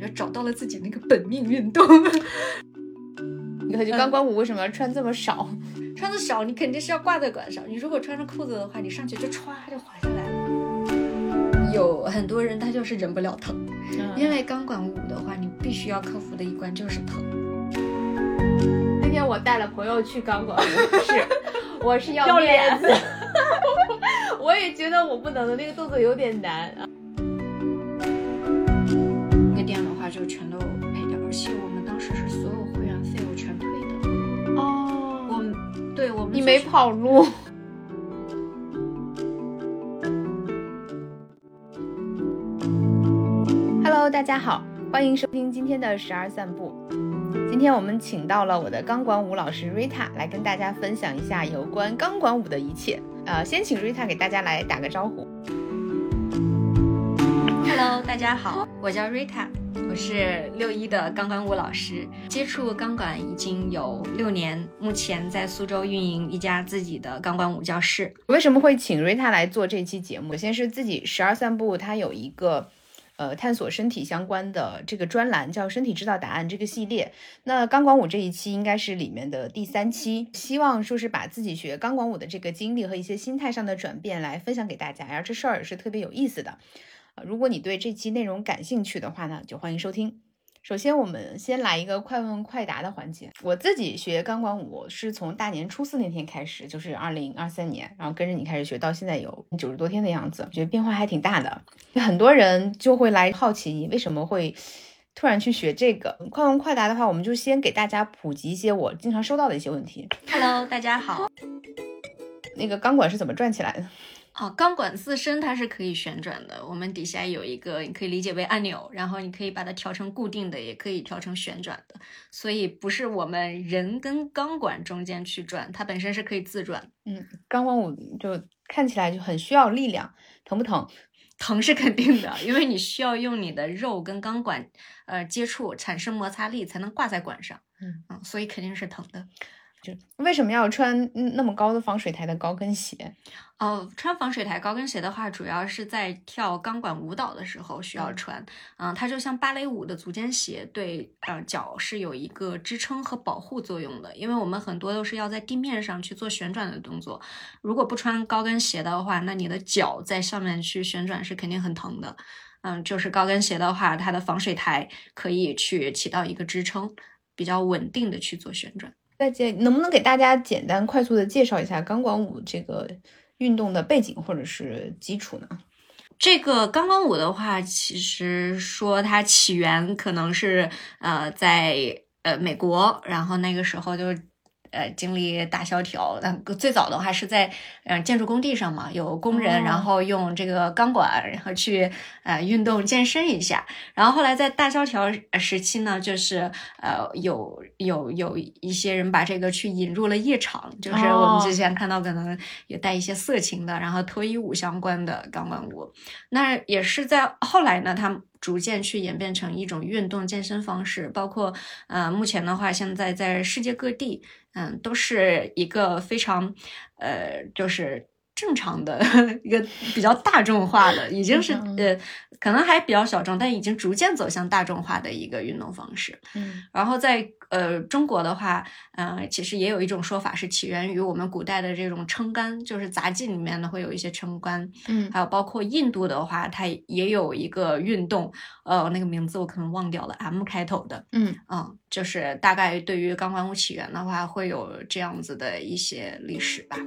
觉找到了自己那个本命运动。 可就钢管舞为什么要穿这么少？ 穿的少，你肯定是要挂在管上。你如果穿着裤子的话，你上去就歘就滑下来了。有很多人他就是忍不了疼，因为钢管舞的话，你必须要克服的一关就是疼。 那天我带了朋友去钢管舞，我是要面子，我也觉得我不能的，那个动作有点难。 那个店的话就全都赔掉，而且我们当时是所有会员费我全退的。 哦， 我们你没跑路。Hello， 大家好，欢迎收听今天的12散步。今天我们请到了我的钢管舞老师 Rita 来跟大家分享一下有关钢管舞的一切。先请 Rita 给大家来打个招呼。 Hello， 大家好，我叫 Rita， 我是61的钢管舞老师，接触钢管已经有6年，目前在苏州运营一家自己的钢管舞教室。 为什么会请 Rita 来做这期节目？首先是自己12散步，它有一个探索身体相关的这个专栏，叫身体知道答案这个系列。那钢管舞这一期应该是里面的第3期，希望说是把自己学钢管舞的这个经历和一些心态上的转变来分享给大家，而这事儿也是特别有意思的。如果你对这期内容感兴趣的话呢，就欢迎收听。首先我们先来一个快问快答的环节。我自己学钢管舞是从大年初4那天开始，就是2023年，然后跟着你开始学到现在有90多天的样子，觉得变化还挺大的。很多人就会来好奇你为什么会突然去学这个。快问快答的话，我们就先给大家普及一些我经常收到的一些问题。 Hello， 大家好。 那个钢管是怎么转起来的？ 钢管自身它是可以旋转的，我们底下有一个，你可以理解为按钮，然后你可以把它调成固定的，也可以调成旋转的，所以不是我们人跟钢管中间去转，它本身是可以自转。 钢管舞就看起来就很需要力量，疼不疼？ 疼是肯定的，因为你需要用你的肉跟钢管接触，产生摩擦力才能挂在管上，所以肯定是疼的。 就为什么要穿那么高的防水台的高跟鞋？ 穿防水台高跟鞋的话，主要是在跳钢管舞蹈的时候需要穿。它就像芭蕾舞的足尖鞋，对脚是有一个支撑和保护作用的。因为我们很多都是要在地面上去做旋转的动作，如果不穿高跟鞋的话，那你的脚在上面去旋转是肯定很疼的。就是高跟鞋的话，它的防水台可以去起到一个支撑，比较稳定的去做旋转。 能不能给大家简单快速的介绍一下钢管舞这个运动的背景或者是基础呢？ 这个钢管舞的话，其实说它起源可能是在美国，然后那个时候就经历大萧条，最早的话是在建筑工地上嘛，有工人然后用这个钢管然后去运动健身一下，然后后来在大萧条时期呢，就是有一些人把这个去引入了夜场，就是我们之前看到可能有带一些色情的，然后脱衣舞相关的钢管舞。那也是在后来呢，他们逐渐去演变成一种运动健身方式，包括目前的话，现在在世界各地都是一个非常就是正常的一个比较大众化的，已经是可能还比较小众，但已经逐渐走向大众化的一个运动方式。然后在中国的话，其实也有一种说法是起源于我们古代的这种撑杆，就是杂技里面呢会有一些撑杆。还有包括印度的话，它也有一个运动，那个名字我可能忘掉了 ，M 开头的。就是大概对于钢管舞起源的话，会有这样子的一些历史吧。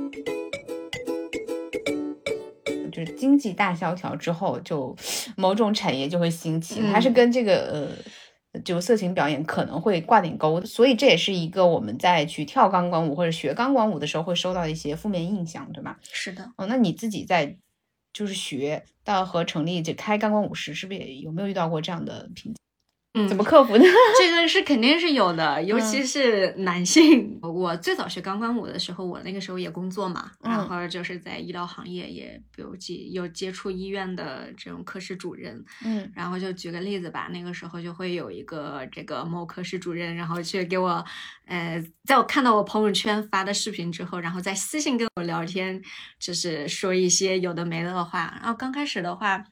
就是经济大萧条之后，就某种产业就会兴起，它是跟这个就色情表演可能会挂点钩的，所以这也是一个我们在去跳钢管舞或者学钢管舞的时候会收到的一些负面印象，对吧？ 是的。 那你自己在就是学到和成立就开钢管舞室，是不是也有没有遇到过这样的瓶颈？怎么克服呢？ 这个是肯定是有的，尤其是男性。我最早学钢管舞的时候，我那个时候也工作嘛，然后就是在医疗行业也有接触医院的这种科室主任。然后就举个例子吧，那个时候就会有一个这个某科室主任，然后去给我在我看到我朋友圈发的视频之后，然后在私信跟我聊天，就是说一些有的没的话。然后刚开始的话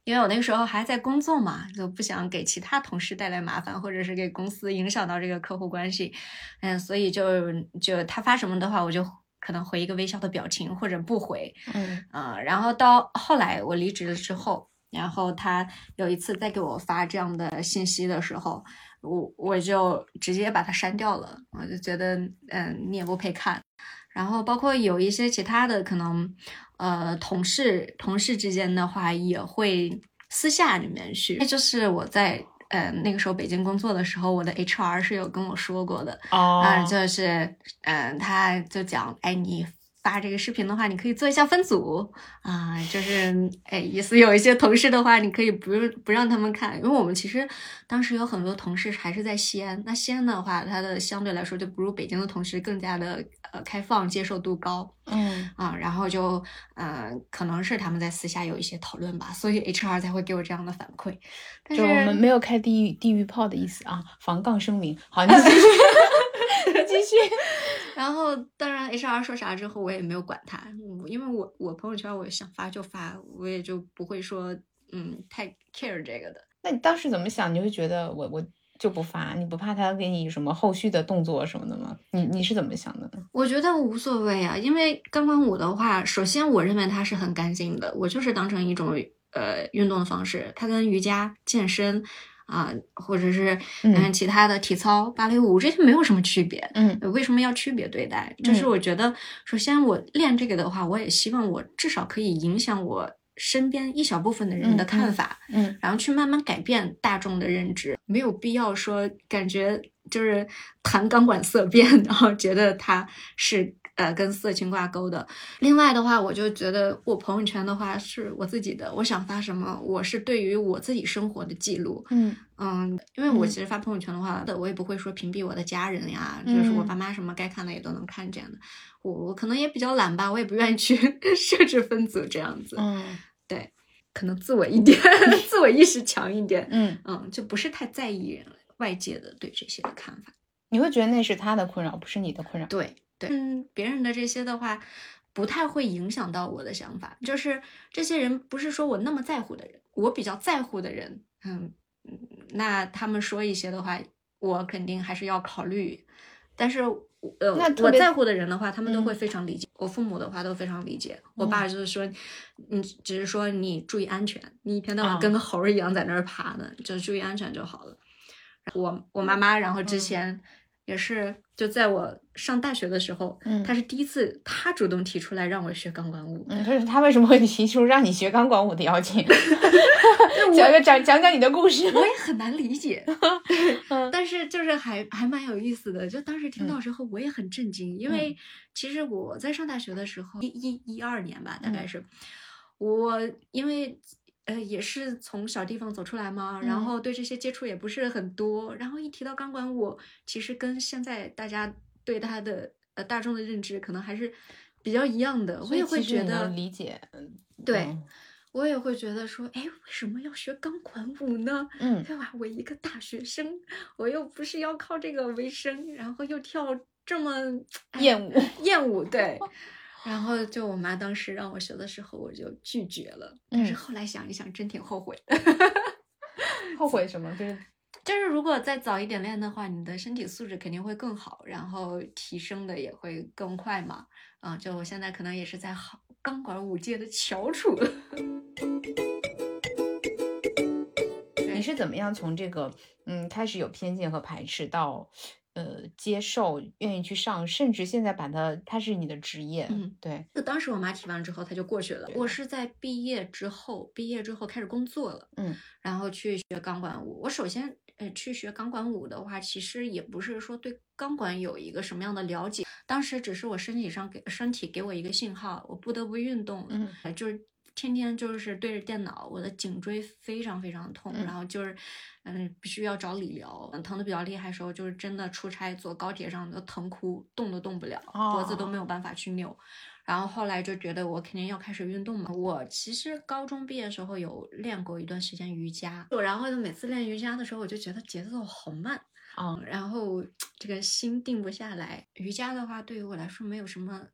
因为我那个时候还在工作嘛，就不想给其他同事带来麻烦，或者是给公司影响到这个客户关系，所以就他发什么的话，我就可能回一个微笑的表情或者不回，然后到后来我离职了之后，然后他有一次再给我发这样的信息的时候，我就直接把它删掉了，我就觉得你也不配看。然后包括有一些其他的可能同事之间的话也会私下里面去，这就是我在那个时候北京工作的时候，我的 HR 是有跟我说过的就是他就讲你发这个视频的话，你可以做一下分组就是意思有一些同事的话，你可以不让他们看，因为我们其实当时有很多同事还是在西安，那西安的话，它的相对来说就不如北京的同事更加的开放，接受度高，然后就可能是他们在私下有一些讨论吧，所以 HR 才会给我这样的反馈。但是就我们没有开地狱炮的意思啊，防杠声明。好，你继续，你继续。 然后当然 HR 说啥之后我也没有管他，因为我朋友圈我想发就发，我也就不会说太 care 这个的。 那你当时怎么想？你会觉得我就不发，你不怕他给你什么后续的动作什么的吗？你是怎么想的呢？我觉得无所谓啊，因为钢管舞的话，首先我认为它是很干净的，我就是当成一种运动的方式，它跟瑜伽、健身或者是其他的体操、芭蕾舞这些没有什么区别。为什么要区别对待？就是我觉得，首先我练这个的话，我也希望我至少可以影响我身边一小部分的人的看法，然后去慢慢改变大众的认知，没有必要说感觉就是谈钢管色变，然后觉得它是跟色情挂钩的。另外的话，我就觉得我朋友圈的话是我自己的，我想发什么，我是对于我自己生活的记录。因为我其实发朋友圈的话，我也不会说屏蔽我的家人呀，就是我爸妈什么该看的也都能看见的。我可能也比较懒吧，我也不愿意去设置分组这样子。对，可能自我一点，自我意识强一点。就不是太在意外界的对这些的看法。 你会觉得那是他的困扰，不是你的困扰？ 对，别人的这些的话，不太会影响到我的想法。就是这些人不是说我那么在乎的人，我比较在乎的人，那他们说一些的话，我肯定还是要考虑。但是我在乎的人的话，他们都会非常理解。我父母的话都非常理解。我爸就是说，只是说你注意安全，你一天到晚跟个猴一样在那儿爬呢，就注意安全就好了。我妈妈，然后之前也是就在我上大学的时候，她是第一次，她主动提出来让我学钢管舞。 可是她为什么会提出让你学钢管舞的邀请？讲讲你的故事。 我也很难理解，但是就是还蛮有意思的。就当时听到时候，我也很震惊，因为其实我在上大学的时候，12年吧，大概是我因为。也是从小地方走出来嘛，然后对这些接触也不是很多，然后一提到钢管舞，其实跟现在大家对它的大众的认知可能还是比较一样的。我也会觉得理解， 对，我也会觉得说，为什么要学钢管舞呢？对吧？我一个大学生，我又不是要靠这个为生，然后又跳这么厌恶，对。然后就我妈当时让我学的时候，我就拒绝了。但是后来想一想，真挺后悔的。 后悔什么？ 就是如果再早一点练的话，你的身体素质肯定会更好，然后提升的也会更快嘛。就我现在可能也是在钢管舞界的翘楚了。 你是怎么样从这个开始有偏见和排斥到接受，愿意去上，甚至现在把它是你的职业？对。 就当时我妈提完之后，她就过去了。我是在毕业之后开始工作了，然后去学钢管舞。我首先去学钢管舞的话，其实也不是说对钢管有一个什么样的了解，当时只是我身体给我一个信号，我不得不运动，就是天天就是对着电脑，我的颈椎非常非常痛，然后就是必须要找理疗，疼的比较厉害的时候，就是真的出差坐高铁上都疼哭，动都动不了，脖子都没有办法去扭。然后后来就觉得我肯定要开始运动嘛。我其实高中毕业的时候有练过一段时间瑜伽，然后每次练瑜伽的时候，我就觉得节奏好慢，然后这个心定不下来。瑜伽的话对于我来说没有什么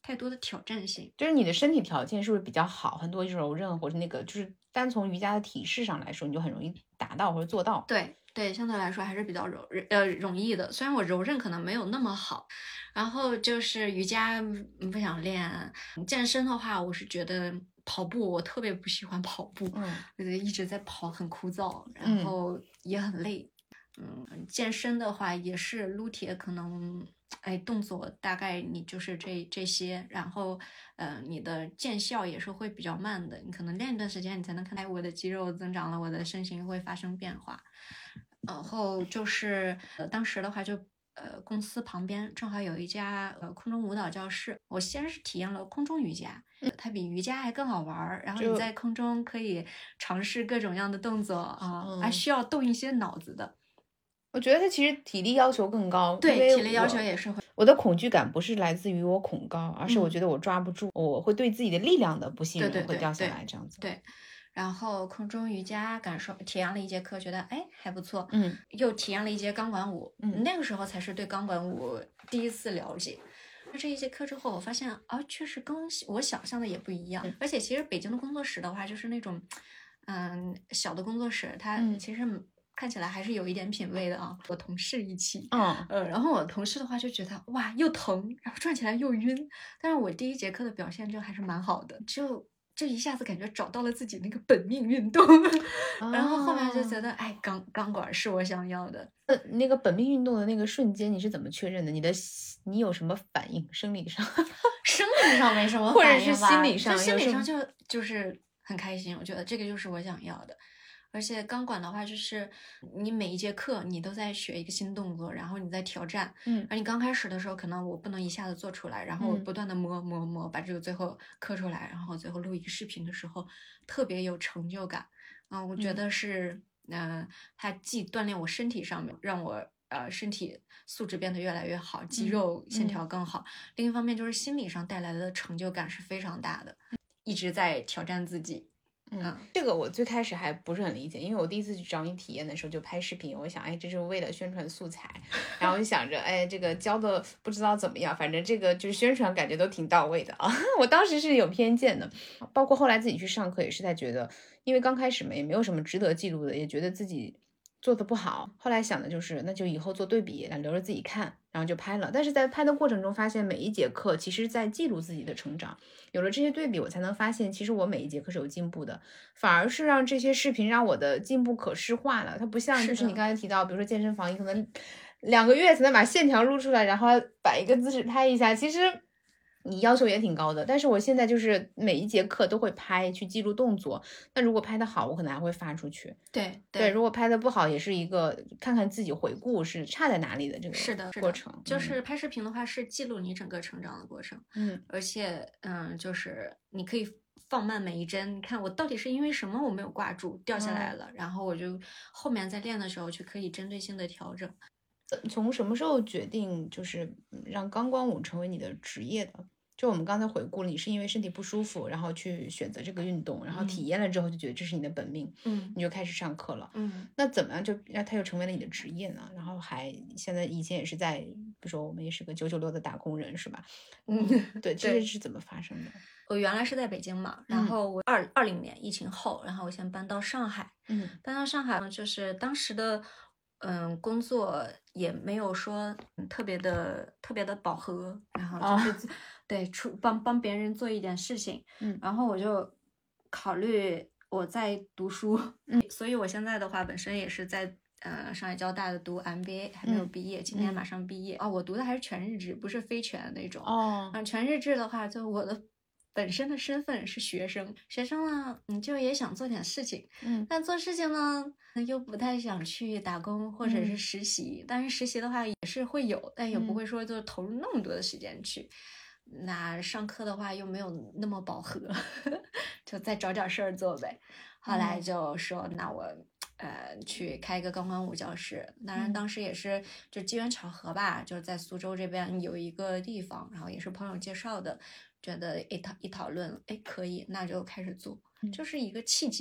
太多的挑战性。 就是你的身体条件是不是比较好，很多柔韧或者那个就是单从瑜伽的体式上来说，你就很容易达到或者做到。 对对，相对来说还是比较容易的。虽然我柔韧可能没有那么好，然后就是瑜伽不想练，健身的话，我是觉得跑步我特别不喜欢跑步，一直在跑很枯燥，然后也很累。健身的话也是撸铁，可能动作大概你就是这些，然后你的见效也是会比较慢的，你可能练一段时间你才能看到我的肌肉增长了，我的身形会发生变化。然后就是当时的话就公司旁边正好有一家空中舞蹈教室，我先是体验了空中瑜伽，它比瑜伽还更好玩，然后你在空中可以尝试各种各样的动作啊，还需要动一些脑子的。 我觉得它其实体力要求更高， 对，体力要求也是会。 我的恐惧感不是来自于我恐高，而是我觉得我抓不住，我会对自己的力量的不信任，会掉下来这样子。 对，然后空中瑜伽体验了一节课，觉得还不错。又体验了一节钢管舞，那个时候才是对钢管舞第一次了解。这一节课之后，我发现确实跟我想象的也不一样。而且其实北京的工作室的话，就是那种小的工作室，它其实看起来还是有一点品位的啊。我同事一起，然后我同事的话就觉得哇又疼，然后转起来又晕，但是我第一节课的表现就还是蛮好的，就一下子感觉找到了自己那个本命运动，然后后面就觉得钢管是我想要的。 那个本命运动的那个瞬间你是怎么确认的？你有什么反应？生理上生理上没什么反应吧， 或者是心理上？ 心理上就是很开心，我觉得这个就是我想要的。而且钢管的话，就是你每一节课你都在学一个新动作，然后你在挑战。而你刚开始的时候，可能我不能一下子做出来，然后我不断的磨，把这个最后刻出来，然后最后录一个视频的时候，特别有成就感。我觉得是，它既锻炼我身体上面，让我身体素质变得越来越好，肌肉线条更好。另一方面就是心理上带来的成就感是非常大的，一直在挑战自己。 这个我最开始还不是很理解，因为我第一次去找你体验的时候就拍视频，我想这是为了宣传素材，然后就想着这个教的不知道怎么样，反正这个就是宣传感觉都挺到位的啊。我当时是有偏见的，包括后来自己去上课也是在觉得，因为刚开始嘛也没有什么值得记录的，也觉得自己做的不好，后来想的就是那就以后做对比，留着自己看，然后就拍了。但是在拍的过程中发现每一节课其实在记录自己的成长，有了这些对比我才能发现其实我每一节课是有进步的，反而是让这些视频让我的进步可视化了。它不像就是你刚才提到比如说健身房你可能2个月才能把线条录出来，然后摆一个姿势拍一下，其实你要求也挺高的。但是我现在就是每一节课都会拍去记录动作，那如果拍的好我可能还会发出去。对，如果拍的不好也是一个看看自己回顾是差在哪里的这个过程。 就是拍视频的话是记录你整个成长的过程，而且就是你可以放慢每一帧，你看我到底是因为什么我没有挂住掉下来了，然后我就后面在练的时候就可以针对性的调整。 从什么时候决定就是让钢管舞成为你的职业的？就我们刚才回顾了，你是因为身体不舒服，然后去选择这个运动，然后体验了之后就觉得这是你的本命，你就开始上课了。那怎么样就让它又成为了你的职业呢？然后现在以前也是在，比如说我们也是个996的打工人，是吧？对，这是怎么发生的？ 我原来是在北京嘛，然后我2020年疫情后，然后我先搬到上海。搬到上海呢，就是当时的工作也没有说特别的饱和，然后就是对帮别人做一点事情，然后我就考虑我在读书，所以我现在的话本身也是在上海交大的读 MBA， 还没有毕业，今年马上毕业。我读的还是全日制，不是非全那种。全日制的话，就我的本身的身份是学生呢，你就也想做点事情，但做事情呢又不太想去打工或者是实习，但是实习的话也是会有，但也不会说就投入那么多的时间去。那上课的话又没有那么饱和，就再找点事儿做呗。后来就说那我去开一个钢管舞教室，当然当时也是就机缘巧合吧，就是在苏州这边有一个地方，然后也是朋友介绍的，觉得一讨论可以，那就开始做，就是一个契机。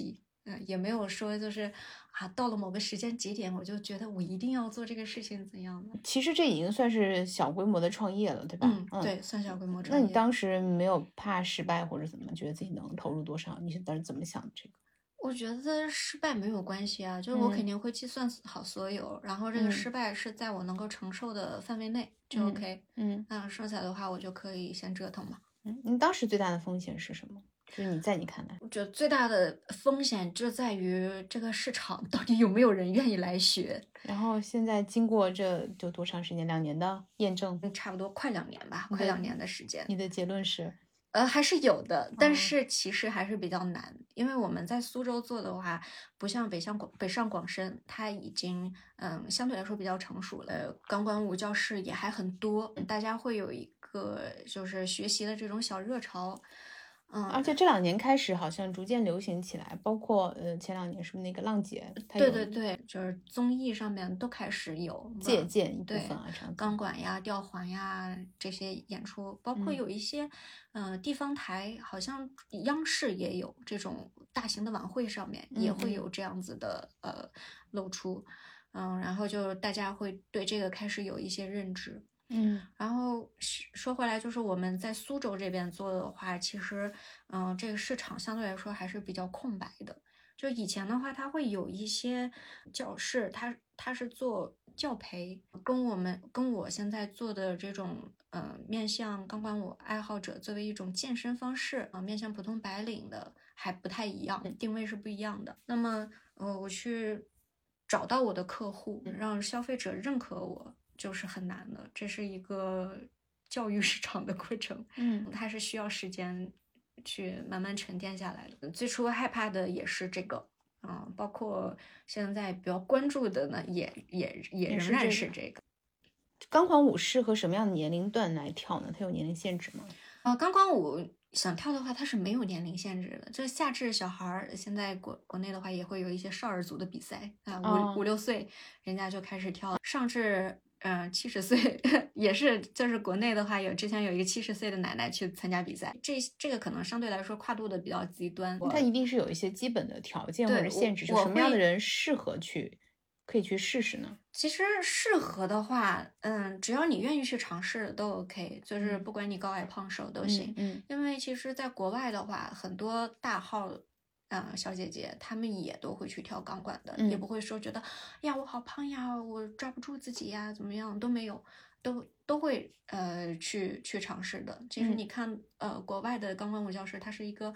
也没有说就是到了某个时间节点，我就觉得我一定要做这个事情怎样的。 其实这已经算是小规模的创业了，对吧？ 对，算小规模创业。 那你当时没有怕失败或者怎么，觉得自己能投入多少？你是当时怎么想的这个？ 我觉得失败没有关系啊，就是我肯定会计算好所有，然后这个失败是在我能够承受的范围内就 OK。剩下的话我就可以先折腾嘛。 你当时最大的风险是什么？就是你看来， 我觉得最大的风险就在于这个市场到底有没有人愿意来学。 然后现在经过这就多长时间？2年的验证， 差不多快2年吧，快2年的时间。 你的结论是？ 还是有的，但是其实还是比较难，因为我们在苏州做的话，不像北上广深，它已经相对来说比较成熟了。钢管舞教室也还很多，大家会有一个就是学习的这种小热潮。 而且这2年开始好像逐渐流行起来，包括前2年是不是那个浪姐？ 对，就是综艺上面都开始有借鉴一部分钢管呀、吊环呀这些演出，包括有一些地方台，好像央视也有这种大型的晚会上面也会有这样子的露出，然后就大家会对这个开始有一些认知。然后说回来，就是我们在苏州这边做的话，其实这个市场相对来说还是比较空白的。就以前的话，它会有一些教室，它是做教培，跟我现在做的这种面向钢管舞爱好者作为一种健身方式面向普通白领的还不太一样，定位是不一样的。那么我去找到我的客户，让消费者认可我，就是很难的，这是一个教育市场的过程。它是需要时间去慢慢沉淀下来的。最初害怕的也是这个，包括现在比较关注的呢，也仍然是这个。 钢管舞适合什么样的年龄段来跳呢？它有年龄限制吗？ 钢管舞想跳的话，它是没有年龄限制的。这夏至小孩儿，现在国内的话也会有一些少儿组的比赛5、6岁人家就开始跳，上至70岁也是，就是国内的话之前有一个70岁的奶奶去参加比赛，这个可能相对来说跨度的比较极端。 它一定是有一些基本的条件或者限制，就什么样的人适合可以去试试呢？ 其实适合的话，只要你愿意去尝试都 OK， 就是不管你高矮胖瘦都行。因为其实在国外的话，很多大号小姐姐她们也都会去跳钢管的，也不会说觉得呀我好胖呀，我抓不住自己呀，怎么样都没有，都会去尝试的。其实你看国外的钢管舞教室，它是一个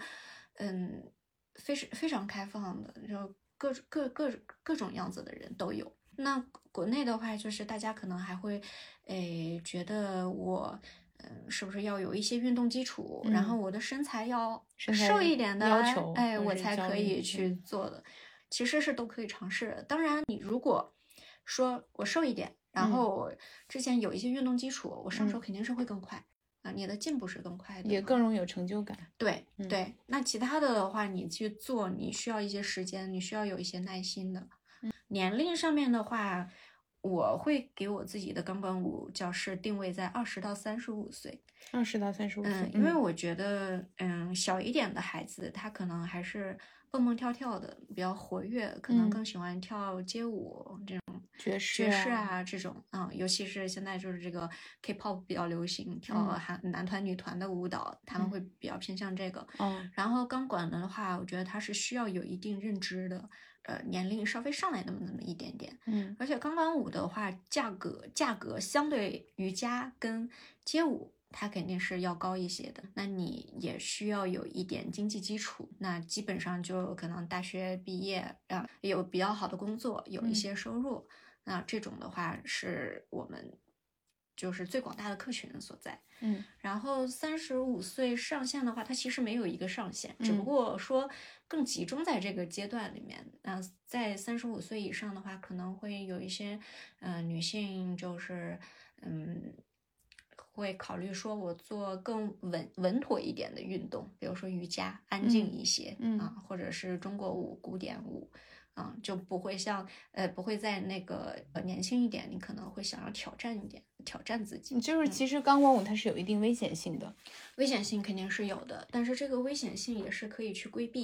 非常开放的，就各种样子的人都有。那国内的话，就是大家可能还会觉得我是不是要有一些运动基础，然后我的身材要瘦一点的要求， 我才可以去做的。其实是都可以尝试的。当然你如果说我瘦一点，然后我之前有一些运动基础，我上手肯定是会更快你的进步是更快的， 也更容易有成就感。 对对，那其他的话你去做，你需要一些时间，你需要有一些耐心的。年龄上面的话，我会给我自己的钢管舞教室定位在20到35岁。 20到35岁， 因为我觉得，小一点的孩子他可能还是蹦蹦跳跳的，比较活跃，可能更喜欢跳街舞这种爵士啊这种尤其是现在就是这个 K-pop 比较流行，跳男团女团的舞蹈，他们会比较偏向这个。然后钢管的话，我觉得它是需要有一定认知的。年龄稍微上来那么一点点，而且钢管舞的话，价格相对瑜伽跟街舞，它肯定是要高一些的。那你也需要有一点经济基础，那基本上就可能大学毕业有比较好的工作，有一些收入，那这种的话是我们就是最广大的客群所在。然后35岁上限的话，它其实没有一个上限，只不过说更集中在这个阶段里面。在35岁以上的话，可能会有一些女性就是会考虑说我做更稳妥一点的运动，比如说瑜伽，安静一些或者是中国舞、古典舞。就不会不会在那个年轻一点，你可能会想要挑战自己。 就是其实钢管舞它是有一定危险性的， 危险性肯定是有的，但是这个危险性也是可以去规避的。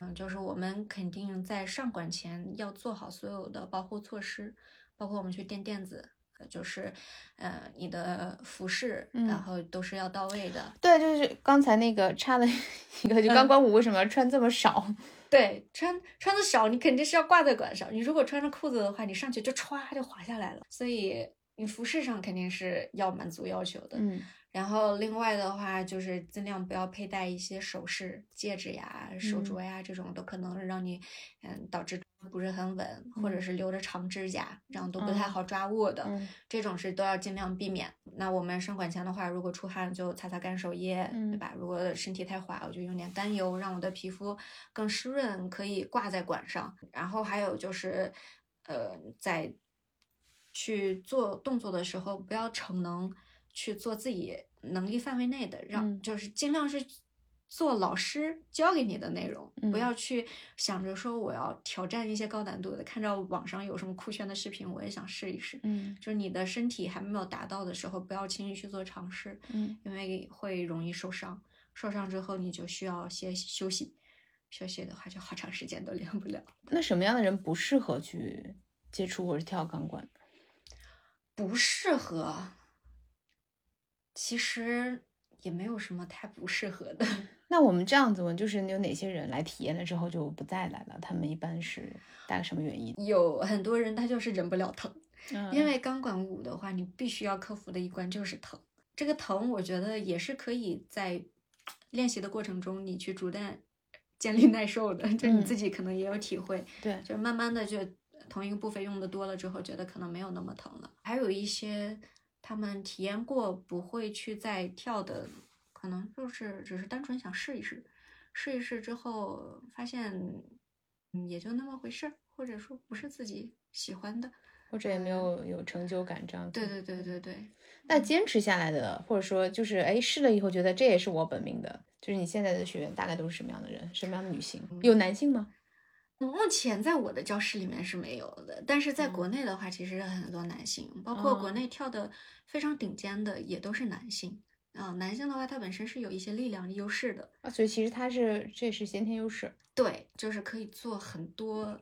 就是我们肯定在上馆前要做好所有的保护措施，包括我们去垫子，就是你的服饰，然后都是要到位的。 对，就是刚才那个插了一个，就钢管舞为什么要穿这么少？ 对，穿的少，你肯定是要挂在管上。你如果穿着裤子的话，你上去就歘就滑下来了。所以你服饰上肯定是要满足要求的。然后另外的话就是尽量不要佩戴一些首饰、戒指呀、手镯呀，这种都可能让你导致不是很稳，或者是留着长指甲，这样都不太好抓握的。这种是都要尽量避免。那我们上馆前的话，如果出汗就擦干手液，对吧？如果身体太滑，我就用点甘油，让我的皮肤更湿润，可以挂在馆上。然后还有就是在去做动作的时候，不要逞能去做自己能力范围内的，就是尽量是做老师教给你的内容，不要去想着说我要挑战一些高难度的，看到网上有什么酷炫的视频，我也想试一试。就是你的身体还没有达到的时候，不要轻易去做尝试，因为会容易受伤。受伤之后你就需要休息，休息的话就好长时间都练不了。 那什么样的人不适合去接触或者跳钢管？ 不适合，其实也没有什么太不适合的。 那我们这样子问，就是有哪些人来体验了之后就不再来了？他们一般是大概什么原因？ 有很多人他就是忍不了疼，因为钢管舞的话，你必须要克服的一关就是疼。这个疼，我觉得也是可以在练习的过程中，你去逐渐建立耐受的，就你自己可能也有体会。 对， 就慢慢的就同一个部分用的多了之后，觉得可能没有那么疼了。还有一些他们体验过不会去再跳的，可能就是只是单纯想试一试，试一试之后发现也就那么回事儿，或者说不是自己喜欢的， 或者也没有成就感这样子。 对。 那坚持下来的，或者说就是试了以后觉得这也是我本命的，就是你现在的学员大概都是什么样的人？什么样的女性？有男性吗？ 目前在我的教室里面是没有的，但是在国内的话，其实很多男性，包括国内跳的非常顶尖的也都是男性。男性的话，他本身是有一些力量优势的所以其实这是先天优势。 对，就是可以做很多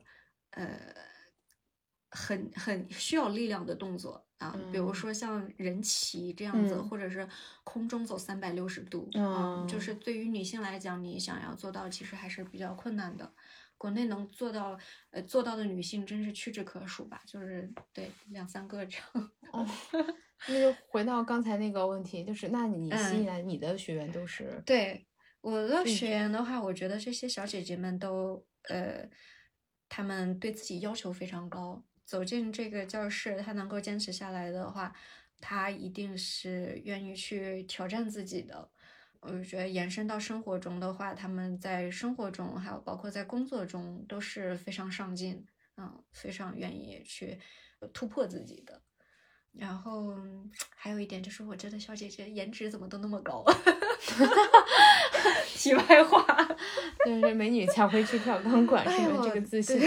很需要力量的动作啊，比如说像人骑这样子，或者是空中走360度，就是对于女性来讲，你想要做到其实还是比较困难的。国内能做到的女性真是屈指可数吧，就是对2-3个这样。 那就回到刚才那个问题，就是那你吸引来你的学员都是？ 对，我的学员的话，我觉得这些小姐姐们都她们对自己要求非常高。走进这个教室，她能够坚持下来的话，她一定是愿意去挑战自己的。我觉得延伸到生活中的话，他们在生活中还有包括在工作中都是非常上进，非常愿意去突破自己的。然后还有一点就是，我觉得小姐姐颜值怎么都那么高？题外话， 就是美女才会去跳钢管，是吗？这个自信。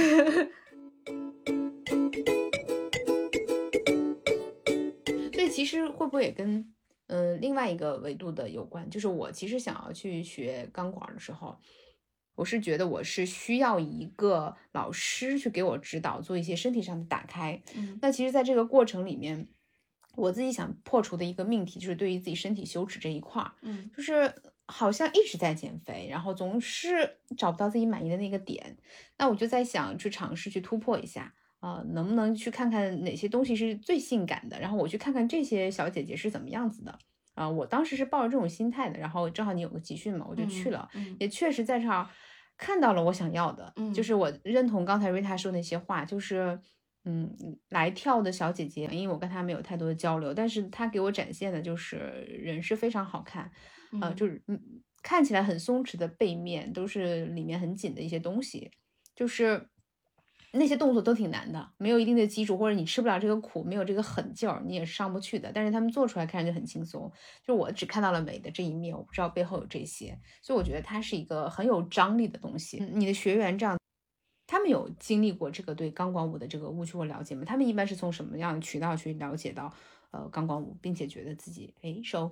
所以其实会不会也跟另外一个维度的有关？就是我其实想要去学钢管的时候，我是觉得我是需要一个老师去给我指导，做一些身体上的打开。那其实在这个过程里面，我自己想破除的一个命题就是对于自己身体羞耻这一块，就是好像一直在减肥，然后总是找不到自己满意的那个点。那我就在想去尝试去突破一下。能不能去看看哪些东西是最性感的，然后我去看看这些小姐姐是怎么样子的。我当时是抱着这种心态的，然后正好你有个集训嘛，我就去了，也确实在这儿看到了我想要的，就是我认同刚才瑞塔说那些话，就是来跳的小姐姐，因为我跟她没有太多的交流，但是她给我展现的就是人是非常好看，就是看起来很松弛的背面都是里面很紧的一些东西，就是那些动作都挺难的，没有一定的基础，或者你吃不了这个苦，没有这个狠劲儿，你也是上不去的。但是他们做出来看着就很轻松，就我只看到了美的这一面，我不知道背后有这些，所以我觉得它是一个很有张力的东西。你的学员这样，他们有经历过这个对钢管舞的这个误区或了解吗？他们一般是从什么样的渠道去了解到钢管舞，并且觉得自己是 OK 的？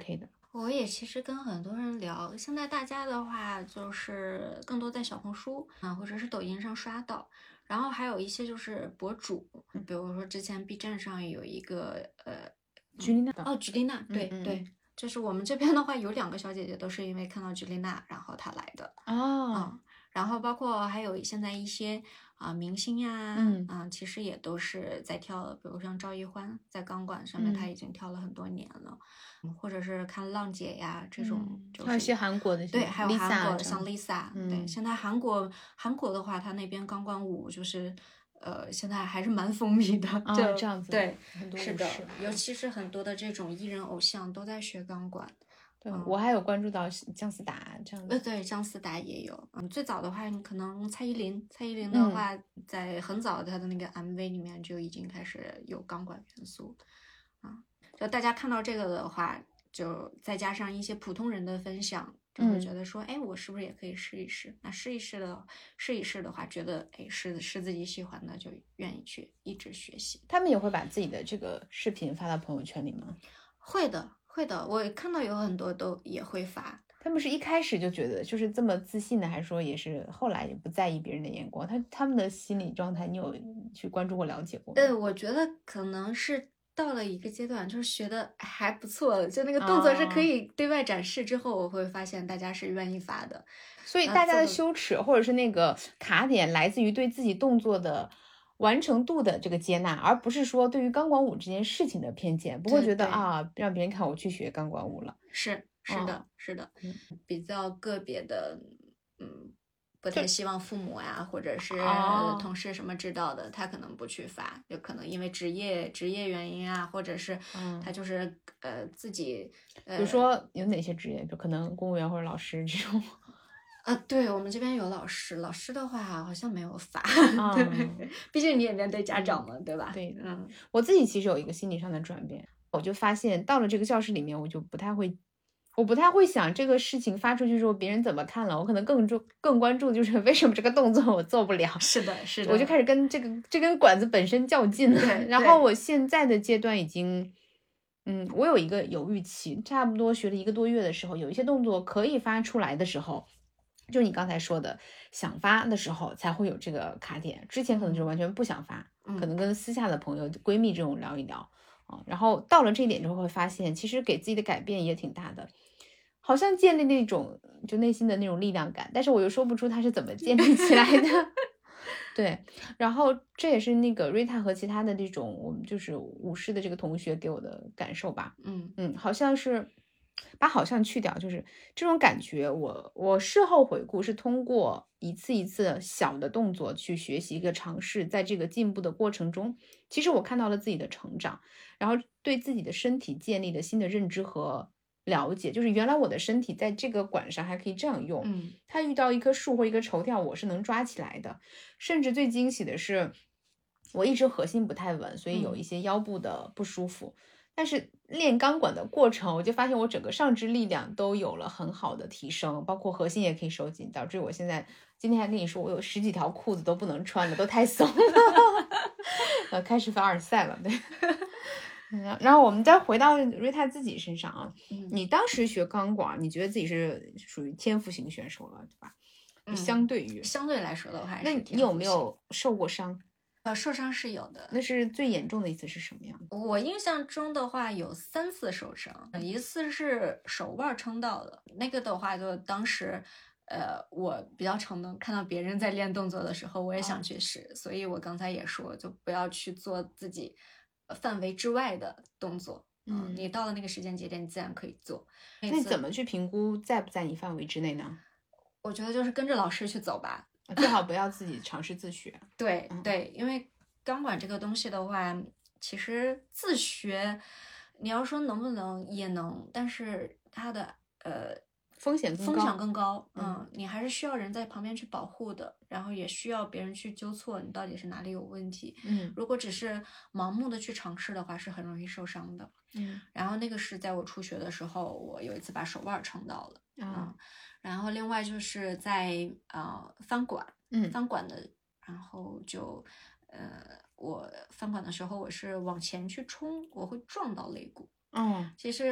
我也其实跟很多人聊，现在大家的话就是更多在小红书啊，或者是抖音上刷到，然后还有一些就是博主，比如说之前 B 站上有一个菊丽娜菊丽娜，对对，就是我们这边的话有2个小姐姐都是因为看到菊丽娜，然后她来的然后包括还有现在一些明星呀，其实也都是在跳，比如像赵一欢在钢管上面，她已经跳了很多年了，或者是看浪姐呀这种，就是还有一些韩国的， 对，还有韩国的 Lisa 像 Lisa，对，现在韩国的话，她那边钢管舞就是现在还是蛮风靡的，就这样子， 对， 很多是的，尤其是很多的这种艺人偶像都在学钢管。 对，我还有关注到姜思达这样的。 对，姜思达也有。最早的话，你可能蔡依林的话，在很早她的那个 MV 里面就已经开始有钢管元素就大家看到这个的话，就再加上一些普通人的分享，就会觉得说，哎，我是不是也可以试一试？那试一试的话，觉得哎是自己喜欢的，就愿意去一直学习。 他们也会把自己的这个视频发到朋友圈里吗？ 会的，我看到有很多都也会发。 他们是一开始就觉得就是这么自信的，还是说也是后来也不在意别人的眼光？他们的心理状态，你有去关注过、了解过吗？ 我觉得可能是到了一个阶段，就是学的还不错了，就那个动作是可以对外展示之后，我会发现大家是愿意发的。 所以大家的羞耻或者是那个卡点来自于对自己动作的完成度的这个接纳，而不是说对于钢管舞这件事情的偏见，不会觉得让别人看我去学钢管舞了。 是的，比较个别的，不太希望父母呀，或者是同事什么知道的，他可能不去发，有可能因为职业原因啊，或者是他就是自己比如说有哪些职业，就可能公务员或者老师这种。 对，我们这边有老师的话好像没有发，毕竟你也面对家长嘛，对吧？ 对，我自己其实有一个心理上的转变，我就发现到了这个教室里面，我不太会想这个事情发出去之后别人怎么看了，我可能更关注就是为什么这个动作我做不了。 是的， 我就开始跟这根管子本身较劲了。然后我现在的阶段已经，我有一个犹豫期，差不多学了1个多月的时候，有一些动作可以发出来的时候，就你刚才说的想发的时候才会有这个卡点，之前可能就完全不想发，可能跟私下的朋友闺蜜这种聊一聊然后到了这一点之后会发现其实给自己的改变也挺大的，好像建立那种就内心的那种力量感，但是我又说不出它是怎么建立起来的。对，然后这也是那个瑞塔和其他的这种我们就是舞狮的这个同学给我的感受吧。好像是把好像去掉，就是这种感觉我事后回顾是通过一次一次小的动作去学习一个尝试，在这个进步的过程中，其实我看到了自己的成长，然后对自己的身体建立了新的认知和了解，就是原来我的身体在这个管上还可以这样用，它遇到一棵树或一个绸跳我是能抓起来的，甚至最惊喜的是我一直核心不太稳，所以有一些腰部的不舒服，但是练钢管的过程我就发现我整个上肢力量都有了很好的提升，包括核心也可以收紧，导致我现在今天还跟你说我有10几条裤子都不能穿了，都太松了开始凡尔赛了。对然后我们再回到瑞塔自己身上啊，你当时学钢管，你觉得自己是属于天赋型选手了，对吧？相对来说的话， 那你有没有受过伤？ 受伤是有的。 那是最严重的一次是什么样的？ 我印象中的话有3次受伤，一次是手腕撑到了，那个的话就当时我比较逞能，看到别人在练动作的时候我也想去试，所以我刚才也说就不要去做自己范围之外的动作，你到了那个时间节点你自然可以做。 那怎么去评估在不在你范围之内呢？ 我觉得就是跟着老师去走吧， 最好不要自己尝试自学。 对对，因为钢管这个东西的话，其实自学你要说能不能也能，但是它的风险更高，你还是需要人在旁边去保护的，然后也需要别人去纠错你到底是哪里有问题。如果只是盲目的去尝试的话，是很容易受伤的。然后那个是在我初学的时候，我有一次把手腕撑到了。然后另外就是在翻管的，然后就我翻管的时候我是往前去冲，我会撞到肋骨。其实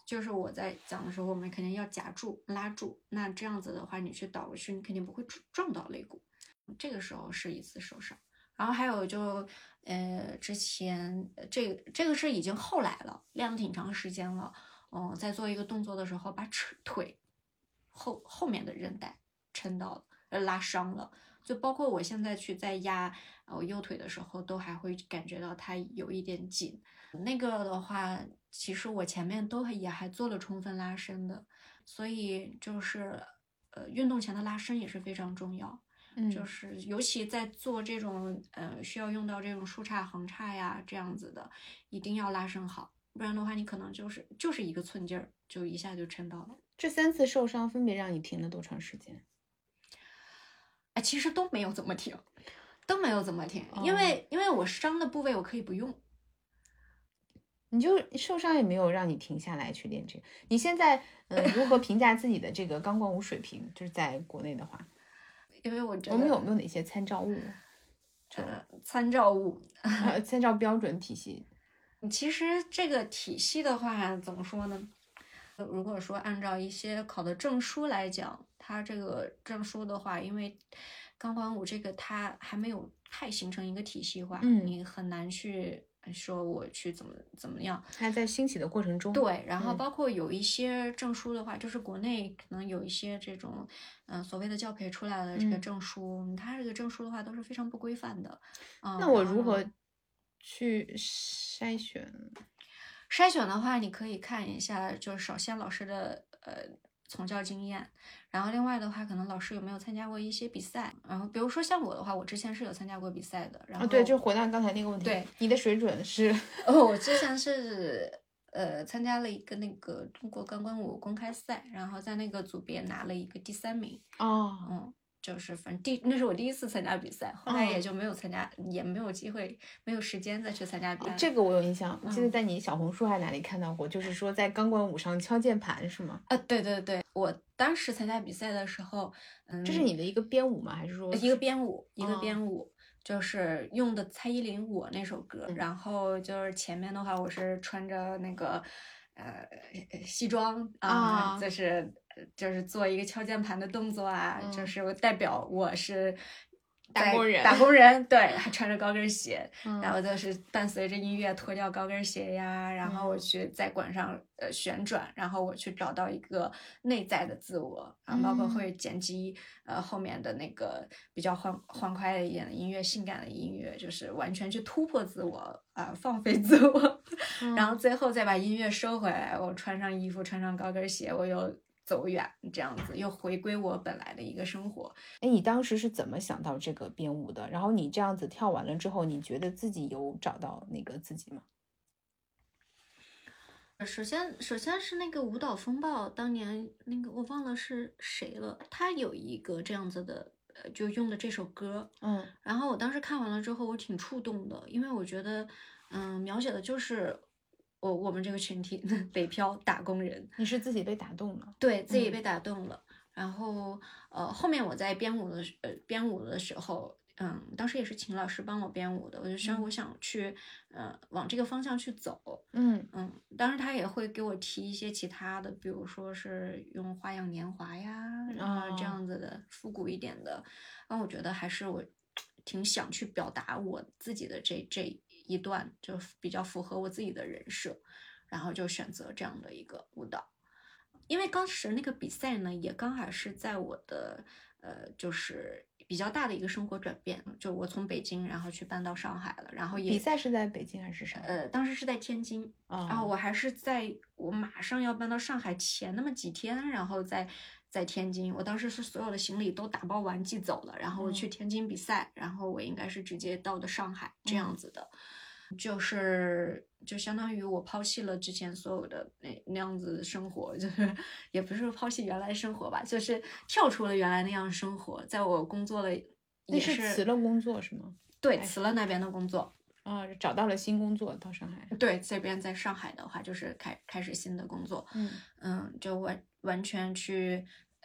就是我在讲的时候，我们肯定要夹住、拉住。那这样子的话，你去倒过去，你肯定不会撞到肋骨。这个时候是一次受伤。然后还有就，之前这个是已经后来了，练了挺长时间了。在做一个动作的时候，把腿后面的韧带撑到了，拉伤了。就包括我现在去在压我右腿的时候，都还会感觉到它有一点紧。那个的话，其实我前面也还做了充分拉伸的，所以就是运动前的拉伸也是非常重要。就是尤其在做这种需要用到这种竖叉横叉呀这样子的，一定要拉伸好，不然的话你可能就是一个寸劲儿就一下就撑到了。 这3次受伤分别让你停了多长时间？ 其实都没有怎么停，因为我伤的部位我可以不用。 你就受伤也没有让你停下来去练这个。你现在如何评价自己的这个钢管舞水平？就是在国内的话， 因为我觉得我们有没有哪些参照物？ 参照物参照标准体系。 其实这个体系的话，怎么说呢？如果说按照一些考的证书来讲，它这个证书的话，因为钢管舞这个它还没有太形成一个体系化，你很难去说我去怎么样， 还在兴起的过程中。 对，然后包括有一些证书的话，就是国内可能有一些这种所谓的教培出来的这个证书，它这个证书的话都是非常不规范的。 那我如何去筛选？ 筛选的话，你可以看一下，就是首先老师的从教经验，然后另外的话，可能老师有没有参加过一些比赛，然后比如说像我的话，我之前是有参加过比赛的，然后对，就回到刚才那个问题， 对， 你的水准是我之前是参加了一个那个中国钢管舞公开赛，然后在那个组别拿了一个第3名。就是反正那是我第一次参加比赛，后来也就没有参加，也没有机会，没有时间再去参加比赛。 这个我有印象，我记得在你小红书还哪里看到过，就是说在钢管舞上敲键盘是吗？ 对对对，我当时参加比赛的时候， 这是你的一个编舞吗？还是说一个编舞？就是用的蔡依林《我》那首歌，然后就是前面的话，我是穿着那个西装啊，就是做一个敲键盘的动作啊，就是我代表我是打工人，对，还穿着高跟鞋，然后就是伴随着音乐脱掉高跟鞋呀，然后我去在管上旋转，然后我去找到一个内在的自我，然后包括会剪辑后面的那个比较欢快一点的音乐，性感的音乐，就是完全去突破自我放飞自我，然后最后再把音乐收回来，我穿上衣服，穿上高跟鞋，我又走远，这样子又回归我本来的一个生活。 你当时是怎么想到这个编舞的？然后你这样子跳完了之后，你觉得自己有找到那个自己吗？ 首先是那个舞蹈风暴，当年那个我忘了是谁了，他有一个这样子的，就用的这首歌，然后我当时看完了之后，我挺触动的，因为我觉得，描写的就是我们这个群体北漂打工人。 你是自己被打动了？ 对，自己被打动了。然后后面我在编舞的时候，当时也是秦老师帮我编舞的，我就说我想去往这个方向去走。当时他也会给我提一些其他的，比如说是用花样年华呀，这样子的复古一点的。然后我觉得还是我挺想去表达我自己的这一段，就比较符合我自己的人设，然后就选择这样的一个舞蹈。因为当时那个比赛呢，也刚好是在我的就是比较大的一个生活转变，就我从北京然后去搬到上海了，然后也比赛是在北京还是上海？ 当时是在天津，然后我还是在我马上要搬到上海前那么几天，然后在天津，我当时是所有的行李都打包完寄走了，然后我去天津比赛，然后我应该是直接到的上海这样子的。就相当于我抛弃了之前所有的那样子的生活，就是也不是抛弃原来生活吧，就是跳出了原来那样生活。在我工作了， 也是辞了工作是吗？ 对，辞了那边的工作找到了新工作到上海。 对，这边在上海的话就是开始新的工作，就完全去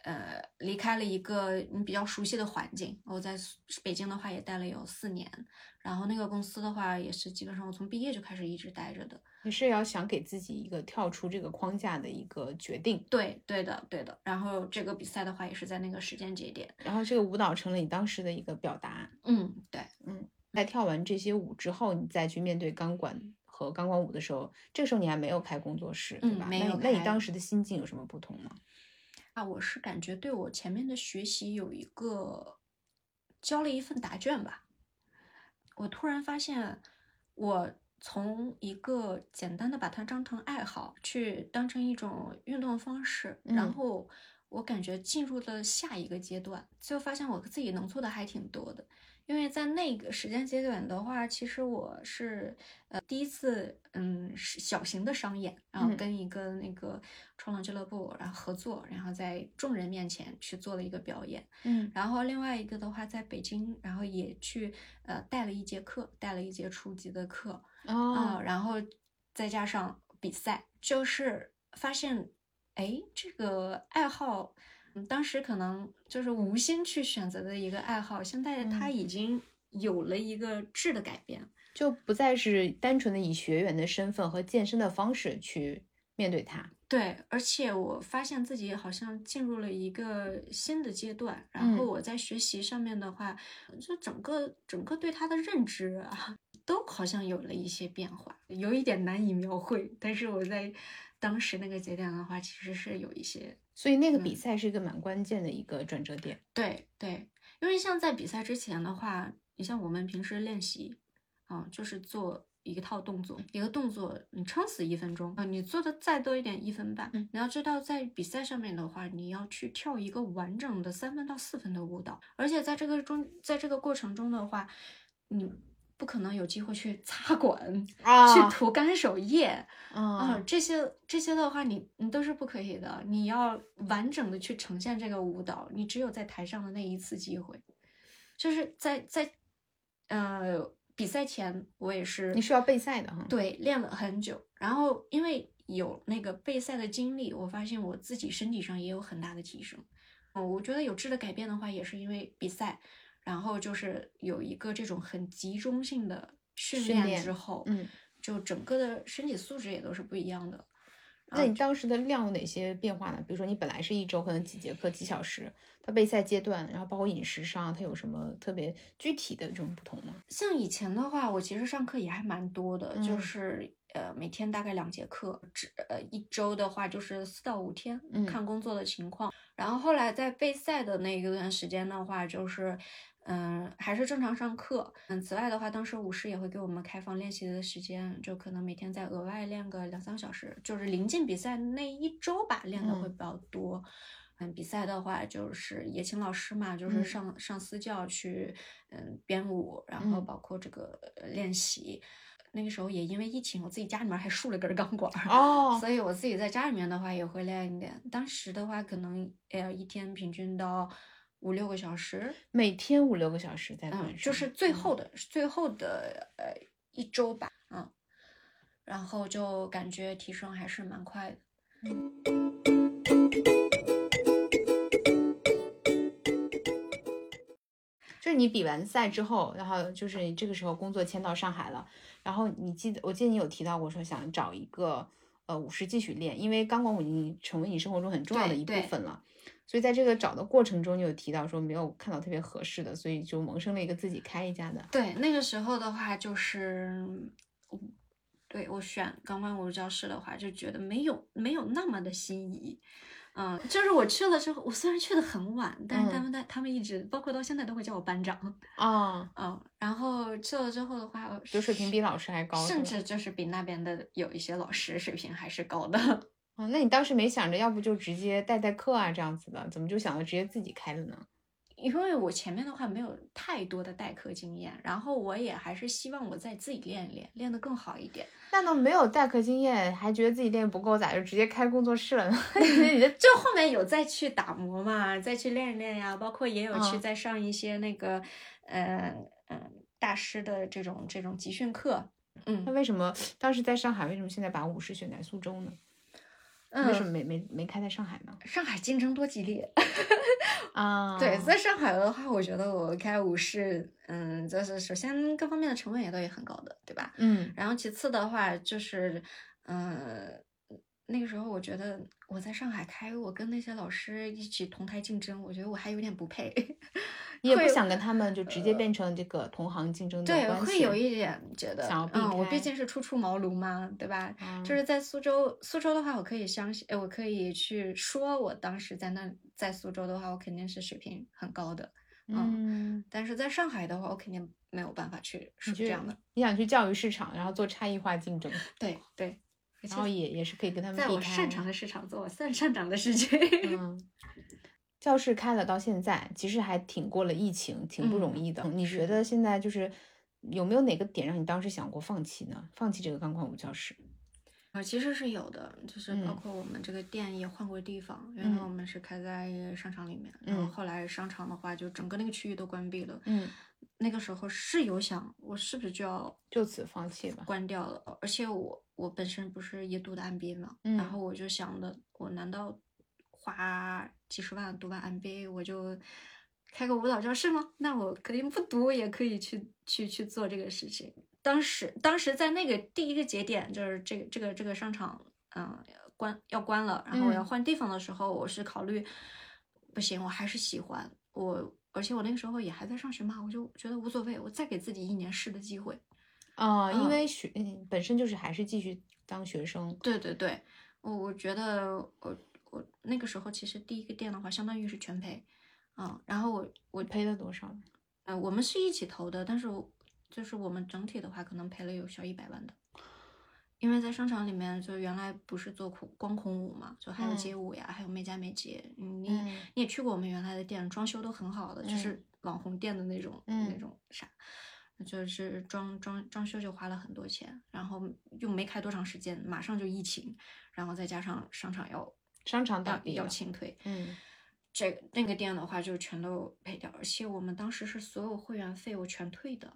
离开了一个你比较熟悉的环境。我在北京的话也待了有4年，然后那个公司的话也是基本上我从毕业就开始一直待着的。 你是要想给自己一个跳出这个框架的一个决定。 对的。然后这个比赛的话也是在那个时间节点， 然后这个舞蹈成了你当时的一个表达。 对。 在跳完这些舞之后，你再去面对钢管和钢管舞的时候，这个时候你还没有开工作室，对吧？ 没有那你当时的心境有什么不同吗？ 我是感觉对我前面的学习有一个交了一份答卷吧。我突然发现，我从一个简单的把它当成爱好，去当成一种运动方式，然后我感觉进入了下一个阶段，就发现我自己能做的还挺多的。因为在那个时间阶段的话，其实我是第一次小型的商演，然后跟一个那个冲浪俱乐部然后合作，然后在众人面前去做了一个表演。然后另外一个的话，在北京，然后也去带了一节课，带了一节初级的课然后再加上比赛，就是发现这个爱好。当时可能就是无心去选择的一个爱好，现在它已经有了一个质的改变， 就不再是单纯的以学员的身份和健身的方式去面对它。 对，而且我发现自己好像进入了一个新的阶段，然后我在学习上面的话，就整个对它的认知啊，都好像有了一些变化，有一点难以描绘。但是我在当时那个节点的话，其实是有一些。 所以那个比赛是一个蛮关键的一个转折点。 对，因为像在比赛之前的话，你像我们平时练习就是做一套动作，一个动作你撑死1分钟你做的再多一点1分半。你要知道在比赛上面的话，你要去跳一个完整的3分到4分的舞蹈，而且在这个过程中的话，你不可能有机会去擦管去涂干手液这些的话你都是不可以的。你要完整的去呈现这个舞蹈，你只有在台上的那一次机会。就是在比赛前我也是你是要备赛的对，练了很久。然后因为有那个备赛的经历，我发现我自己身体上也有很大的提升。我觉得有质的改变的话，也是因为比赛，然后就是有一个这种很集中性的训练之后，就整个的身体素质也都是不一样的。 那你当时的量有哪些变化呢？比如说你本来是一周可能几节课几小时，到备赛阶段，然后包括饮食上，它有什么特别具体的这种不同吗？ 像以前的话，我其实上课也还蛮多的，就是每天大概2节课，一周的话就是4到5天，看工作的情况。然后后来在备赛的那一段时间的话，就是还是正常上课。此外的话，当时舞狮也会给我们开放练习的时间，就可能每天再额外练个2-3小时，就是临近比赛那一周吧，练的会比较多。比赛的话就是也请老师嘛，就是上私教去编舞，然后包括这个练习。那个时候也因为疫情，我自己家里面还竖了根钢管所以我自己在家里面的话也会练一点。当时的话可能一天平均到5-6个小时， 每天5-6个小时在馆上， 就是最后的一周吧然后就感觉提升还是蛮快的。 就是你比完赛之后，然后就是你这个时候工作迁到上海了，然后我记得你有提到过说想找一个舞狮继续练，因为钢管舞已经成为你生活中很重要的一部分了。所以在这个找的过程中，你有提到说没有看到特别合适的，所以就萌生了一个自己开一家的。 对，那个时候的话就是对我选钢管舞教室的话，就觉得没有那么的心仪。就是我去了之后，我虽然去的很晚，但是他们一直包括到现在都会叫我班长然后去了之后的话， 就水平比老师还高， 甚至就是比那边的有一些老师水平还是高的。 那你当时没想着要不就直接带课啊这样子的，怎么就想着直接自己开了呢？ 因为我前面的话没有太多的代课经验，然后我也还是希望我再自己练一练，练得更好一点。 那都没有代课经验，还觉得自己练不够，咋就直接开工作室了呢？ 就后面有再去打磨嘛，再去练一练呀，包括也有去再上一些那个大师的这种集训课。 那为什么当时在上海，为什么现在把舞狮选在苏州呢？ 为什么没开在上海呢？ 上海竞争多激烈啊！ 对，在上海的话，我觉得我开舞室，就是首先各方面的成本也都很高的，对吧？然后其次的话就是，那个时候我觉得我在上海开，我跟那些老师一起同台竞争，我觉得我还有点不配。 你也不想跟他们就直接变成这个同行竞争的关系， 对，会有一点觉得， 想要避开。 我毕竟是初出茅庐嘛，对吧？就是在苏州的话，我可以相信，我可以去说，我当时在苏州的话，我肯定是水平很高的，但是在上海的话，我肯定没有办法去说这样的。 你想去教育市场，然后做差异化竞争， 对对， 然后也是可以跟他们避开， 在我擅长的市场做我擅长的事情。 教室开了到现在，其实还挺过了疫情，挺不容易的。你觉得现在就是有没有哪个点让你当时想过放弃呢？放弃这个钢管舞教室？ 其实是有的，就是包括我们这个店也换过地方，原来我们是开在商场里面，然后后来商场的话就整个那个区域都关闭了。那个时候是有想我是不是就此放弃了， 关掉了，而且我本身不是也读的 MBA 嘛，然后我就想的，我难道花几十万读完 MBA 我就开个舞蹈教室吗？那我肯定不读也可以去做这个事情。当时在那个第一个节点，就是这个商场要关了，然后我要换地方的时候，我是考虑不行，我还是喜欢而且我那个时候也还在上学嘛，我就觉得无所谓，我再给自己1年试的机会。 因为本身就是还是继续当学生。 对对对，我觉得我那个时候其实第一个店的话，相当于是全赔，然后我赔了多少？ 我们是一起投的，但是就是我们整体的话，可能赔了有小100万的。因为在商场里面，就原来不是做光孔舞嘛，就还有街舞呀，还有美甲美睫。你也去过我们原来的店，装修都很好的，就是网红店的那种啥，就是装修就花了很多钱，然后又没开多长时间，马上就疫情，然后再加上商场要清退，那个店的话就全都赔掉，而且我们当时是所有会员费我全退的。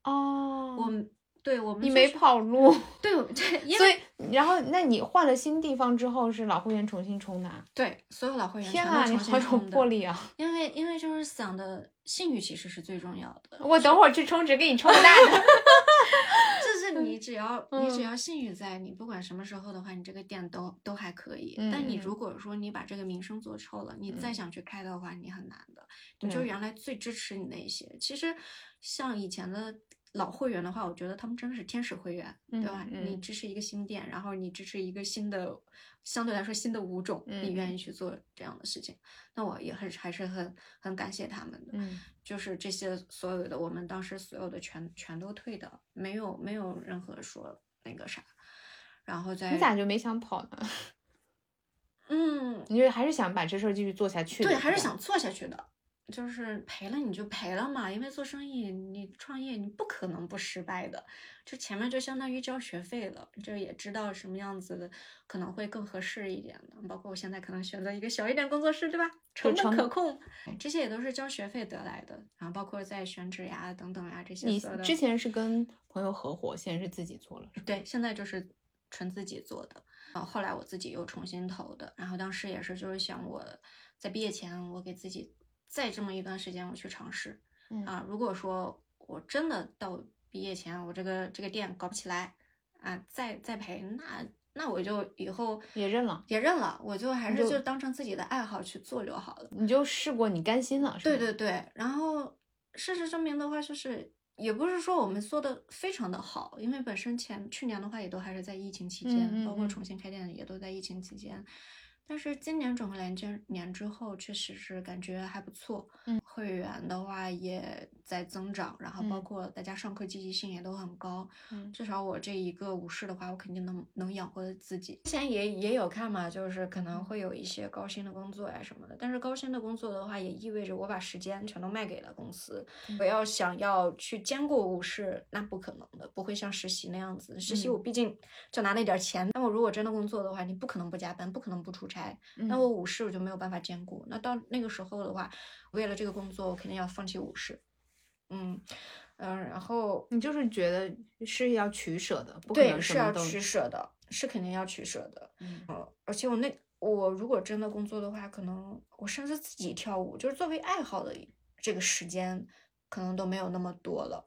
我们你没跑路， 对， 所以然后那你换了新地方之后是老会员重新充的？ 对，所有老会员天啊，你好有魄力啊！ 因为就是想的信誉其实是最重要的。 我等会儿去充值给你充大的。 就是你只要信誉在，你不管什么时候的话，你这个店都还可以。但你如果说你把这个名声做臭了，你再想去开的话，你很难的。你就原来最支持你那些，其实像以前的老会员的话，我觉得他们真的是天使会员，对吧？你支持一个新店，然后你支持一个新的，相对来说新的舞种，你愿意去做这样的事情，那我也还是很感谢他们的。就是这些所有的，我们当时所有的全都退的，没有任何说那个啥。然后你咋就没想跑呢？你就还是想把这事儿继续做下去的？ 对，还是想做下去的。就是赔了你就赔了嘛，因为做生意你创业你不可能不失败的，就前面就相当于交学费了，就也知道什么样子的可能会更合适一点的，包括我现在可能选择一个小一点工作室，对吧？成本可控，这些也都是交学费得来的，然后包括在选址呀等等呀这些。 你之前是跟朋友合伙，现在是自己做了？ 对，现在就是纯自己做的，后来我自己又重新投的，然后当时也是就是想我在毕业前我给自己再这么一段时间我去尝试，如果说我真的到毕业前我这个店搞不起来啊，再赔，那我就以后也认了， 我就还是就当成自己的爱好去做就好了。 你就试过，你甘心了，是吧？ 对对对，然后事实证明的话，就是也不是说我们做的非常的好，因为本身去年的话也都还是在疫情期间，包括重新开店也都在疫情期间。但是今年整个连年之后，确实是感觉还不错。会员的话也在增长，然后包括大家上课积极性也都很高。至少我这一个舞室的话，我肯定能养活自己。之前也有看嘛，就是可能会有一些高薪的工作呀什么的，但是高薪的工作的话，也意味着我把时间全都卖给了公司。我想要去兼顾舞室，那不可能的，不会像实习那样子。实习我毕竟就拿那点钱，但我如果真的工作的话，你不可能不加班，不可能不出差。那我舞室我就没有办法兼顾。那到那个时候的话，为了这个工作，我肯定要放弃舞室。 然后你就是觉得是要取舍的，不可对， 能是要什么都取舍的，是肯定要取舍的。 嗯而且我如果真的工作的话，可能我甚至自己跳舞，就是作为爱好的这个时间，可能都没有那么多了。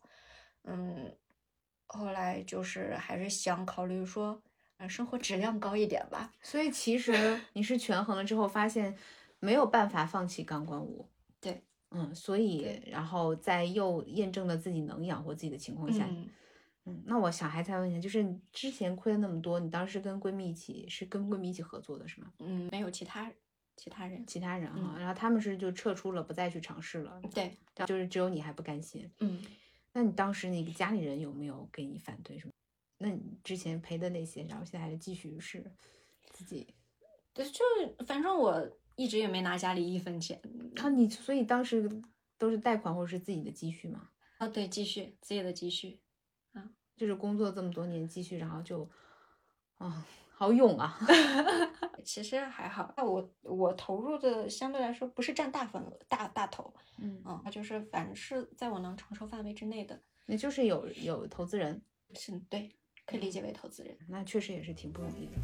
后来就是还是想考虑说，生活质量高一点吧。 所以其实你是权衡了之后发现没有办法放弃钢管舞。 对， 所以然后在又验证了自己能养活自己的情况下，那我想还再问一下，就是你之前亏了那么多，你当时跟闺蜜一起合作的是吗？ 没有其他人哈，然后他们是就撤出了，不再去尝试了。 对， 就是只有你还不甘心。那你当时那个家里人有没有给你反对什么？那你之前赔的那些，然后现在还是继续是自己？ 对，就反正我一直也没拿家里一分钱。 所以当时都是贷款或者是自己的积蓄吗？ 对，积蓄，自己的积蓄。 就是工作这么多年积蓄，然后就，好勇啊！ 其实还好，我投入的相对来说不是占大份额，大头。就是反正是在我能承受范围之内的。 也就是有投资人， 是对，可以理解为投资人。 那确实也是挺不容易的。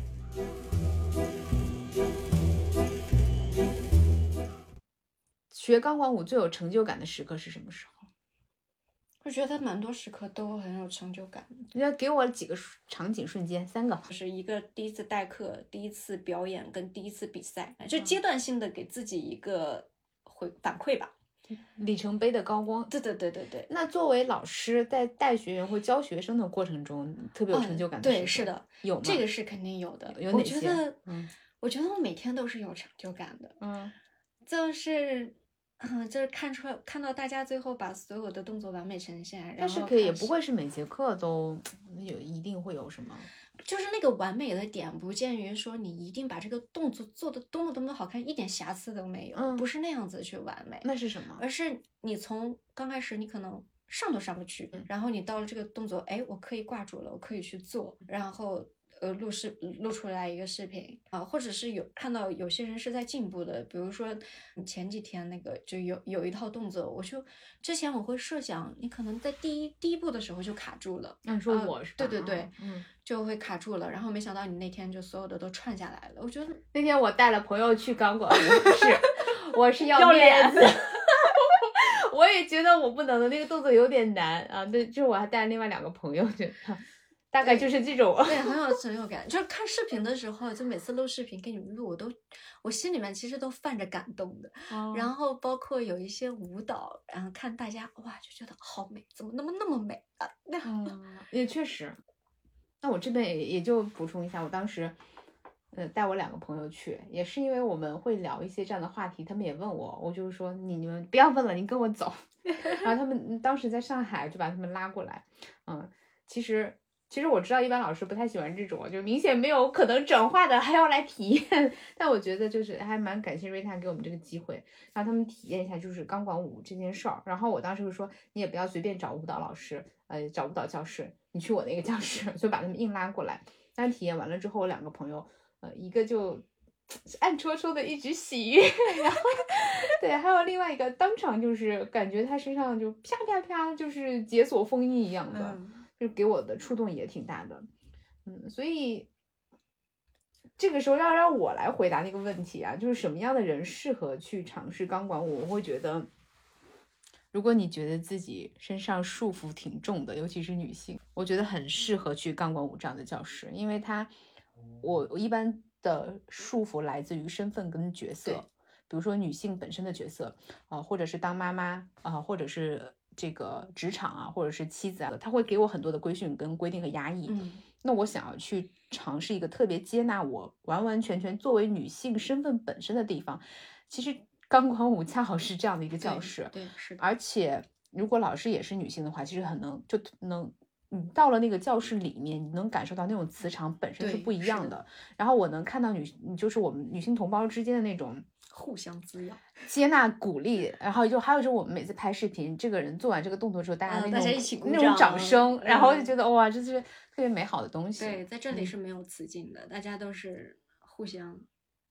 学钢管舞最有成就感的时刻是什么时候？ 我觉得蛮多时刻都很有成就感。 你要给我几个场景瞬间，3个。 就是一个第一次代课、第一次表演跟第一次比赛，就阶段性的给自己一个反馈吧， 里程碑的高光。 对。 那作为老师在带学员或教学生的过程中，特别有成就感的时刻， 对，是的， 有吗？ 这个是肯定有的。 有哪些？ 我觉得我每天都是有成就感的。就是看到大家最后把所有的动作完美呈现， 但是可以也不会是每节课都一定会有什么， 就是那个完美的点不见于说你一定把这个动作做的多么好看，一点瑕疵都没有，不是那样子去完美。 那是什么？ 而是你从刚开始你可能上都上不去，然后你到了这个动作，我可以挂住了，我可以去做，然后录出来一个视频啊，或者是看到有些人是在进步的，比如说你前几天那个就有一套动作，我就之前我会设想你可能在第一步的时候就卡住了， 你说我是吧？ 对，就会卡住了，然后没想到你那天就所有的都串下来了。我觉得那天我带了朋友去钢管舞，我是要面子。我也觉得我不能的，那个动作有点难啊。对，就是我还带了另外2个朋友，大概就是这种。 对，很有成就感。就是看视频的时候，就每次录视频给你们录，我心里面其实都泛着感动的。然后包括有一些舞蹈，然后看大家哇，就觉得好美，怎么那么美啊？ 也确实。那我这边也就补充一下，我当时带我2个朋友去，也是因为我们会聊一些这样的话题，他们也问我，我就是说你们不要问了，你跟我走。然后他们当时在上海就把他们拉过来。其实我知道一般老师不太喜欢这种，就明显没有可能转化的还要来体验，但我觉得就是还蛮感谢瑞塔给我们这个机会，让他们体验一下就是钢管舞这件事儿。然后我当时就说你也不要随便找舞蹈老师，找舞蹈教室，你去我那个教室，就把他们硬拉过来。但体验完了之后，我2个朋友，一个就暗戳戳的一直喜悦，然后对，还有另外一个当场就是感觉他身上就啪啪啪，就是解锁封印一样的。就给我的触动也挺大的。所以这个时候要让我来回答那个问题啊，就是什么样的人适合去尝试钢管舞？我会觉得，如果你觉得自己身上束缚挺重的，尤其是女性，我觉得很适合去钢管舞这样的教室，因为我一般的束缚来自于身份跟角色，比如说女性本身的角色或者是当妈妈或者是这个职场啊，或者是妻子啊，他会给我很多的规训跟规定和压抑。那我想要去尝试一个特别接纳我完完全全作为女性身份本身的地方，其实钢管舞恰好是这样的一个教室。 对，是的。 而且如果老师也是女性的话，其实你到了那个教室里面，你能感受到那种磁场本身是不一样的。然后我能看到就是我们女性同胞之间的那种互相滋养、 接纳、鼓励。然后还有就是我们每次拍视频，这个人做完这个动作之后，大家一起鼓掌， 那种掌声，然后就觉得哇，这是特别美好的东西。 对，在这里是没有雌竞的，大家都是互相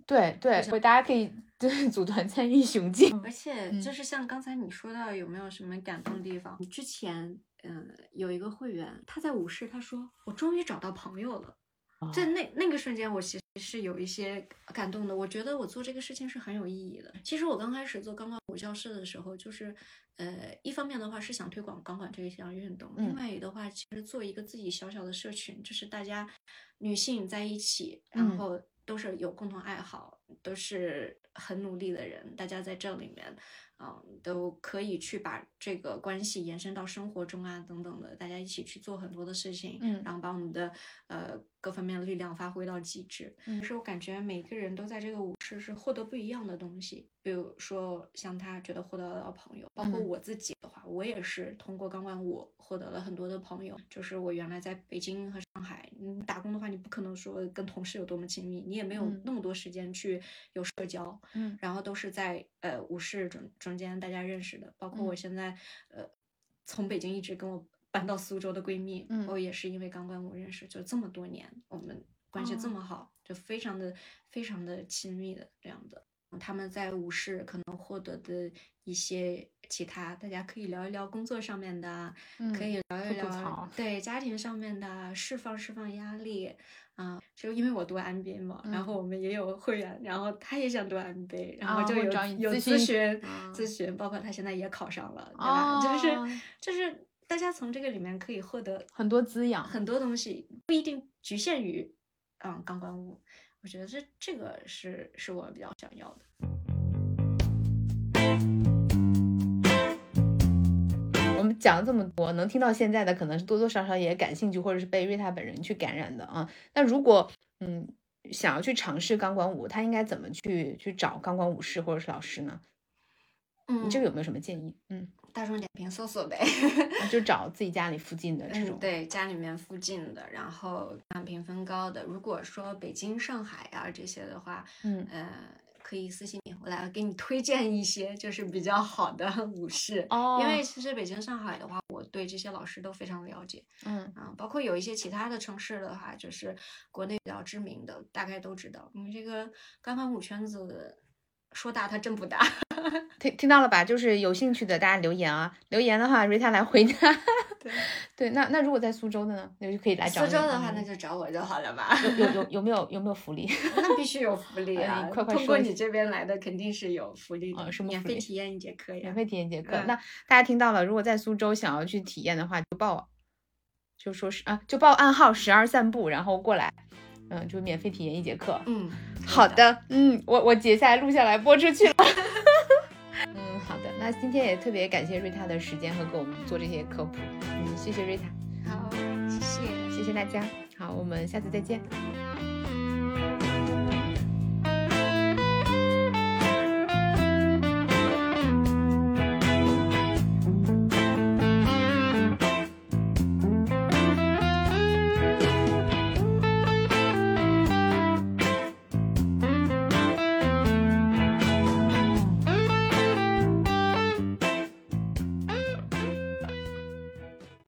对对，大家可以对组团参与雄竞。 而且就是像刚才你说到有没有什么感动的地方？之前有一个会员他在舞室，他说我终于找到朋友了。在那个瞬间，我其实是有一些感动的。我觉得我做这个事情是很有意义的。其实我刚开始做钢管舞教室的时候，就是一方面的话是想推广钢管这一项运动，另外的话其实做一个自己小小的社群，就是大家女性在一起，然后都是有共同爱好，都是很努力的人，大家在这里面都可以去把这个关系延伸到生活中啊等等的，大家一起去做很多的事情，然后把我们的各方面的力量发挥到极致。可是我感觉每个人都在这个舞室是获得不一样的东西，比如说像他觉得获得到朋友，包括我自己的话，我也是通过钢管舞获得了很多的朋友。就是我原来在北京和上海打工的话，你不可能说跟同事有多么亲密，你也没有那么多时间去有社交，然后都是在舞室中间大家认识的。包括我现在从北京一直跟我搬到苏州的闺蜜，我也是因为钢管舞认识，就这么多年我们关系这么好，就非常的亲密的这样的。他们在舞室可能获得的一些其他，大家可以聊一聊工作上面的，可以聊一聊对家庭上面的，释放压力就因为我读 MBA 嘛，然后我们也有会员，然后他也想读 MBA，然后就有咨询，包括他现在也考上了，对吧？就是大家从这个里面可以获得很多滋养， 很多东西，不一定局限于钢管舞。我觉得这个是我比较想要的。 我们讲了这么多，能听到现在的可能是多多少少也感兴趣，或者是被瑞塔本人去感染的啊。那如果想要去尝试钢管舞，他应该怎么去找钢管舞室或者是老师呢？你这个有没有什么建议？ 大众点评搜索呗， 就找自己家里附近的这种。 对，家里面附近的，然后评分高的。如果说北京、上海啊这些的话，可以私信你，我来给你推荐一些就是比较好的舞室。因为其实北京、上海的话，我对这些老师都非常了解。包括有一些其他的城市的话，就是国内比较知名的，大概都知道。因为这个钢管舞圈子说大，它真不大。 听到了吧？就是有兴趣的大家留言啊，留言的话瑞塔来回答。对，那如果在苏州的呢，那就可以来找你。 苏州的话，那就找我就好了吧。 有没有福利？ 那必须有福利啊！ 快通过你这边来的肯定是有福利的。 什么免费体验一节课呀？ 免费体验一节课。那大家听到了，如果在苏州想要去体验的话，就报暗号12散步，然后过来。就免费体验一节课。好的。我截下来录下来播出去了。好的，那今天也特别感谢瑞塔的时间和给我们做这些科普。谢谢瑞塔。 好，谢谢大家。好，我们下次再见。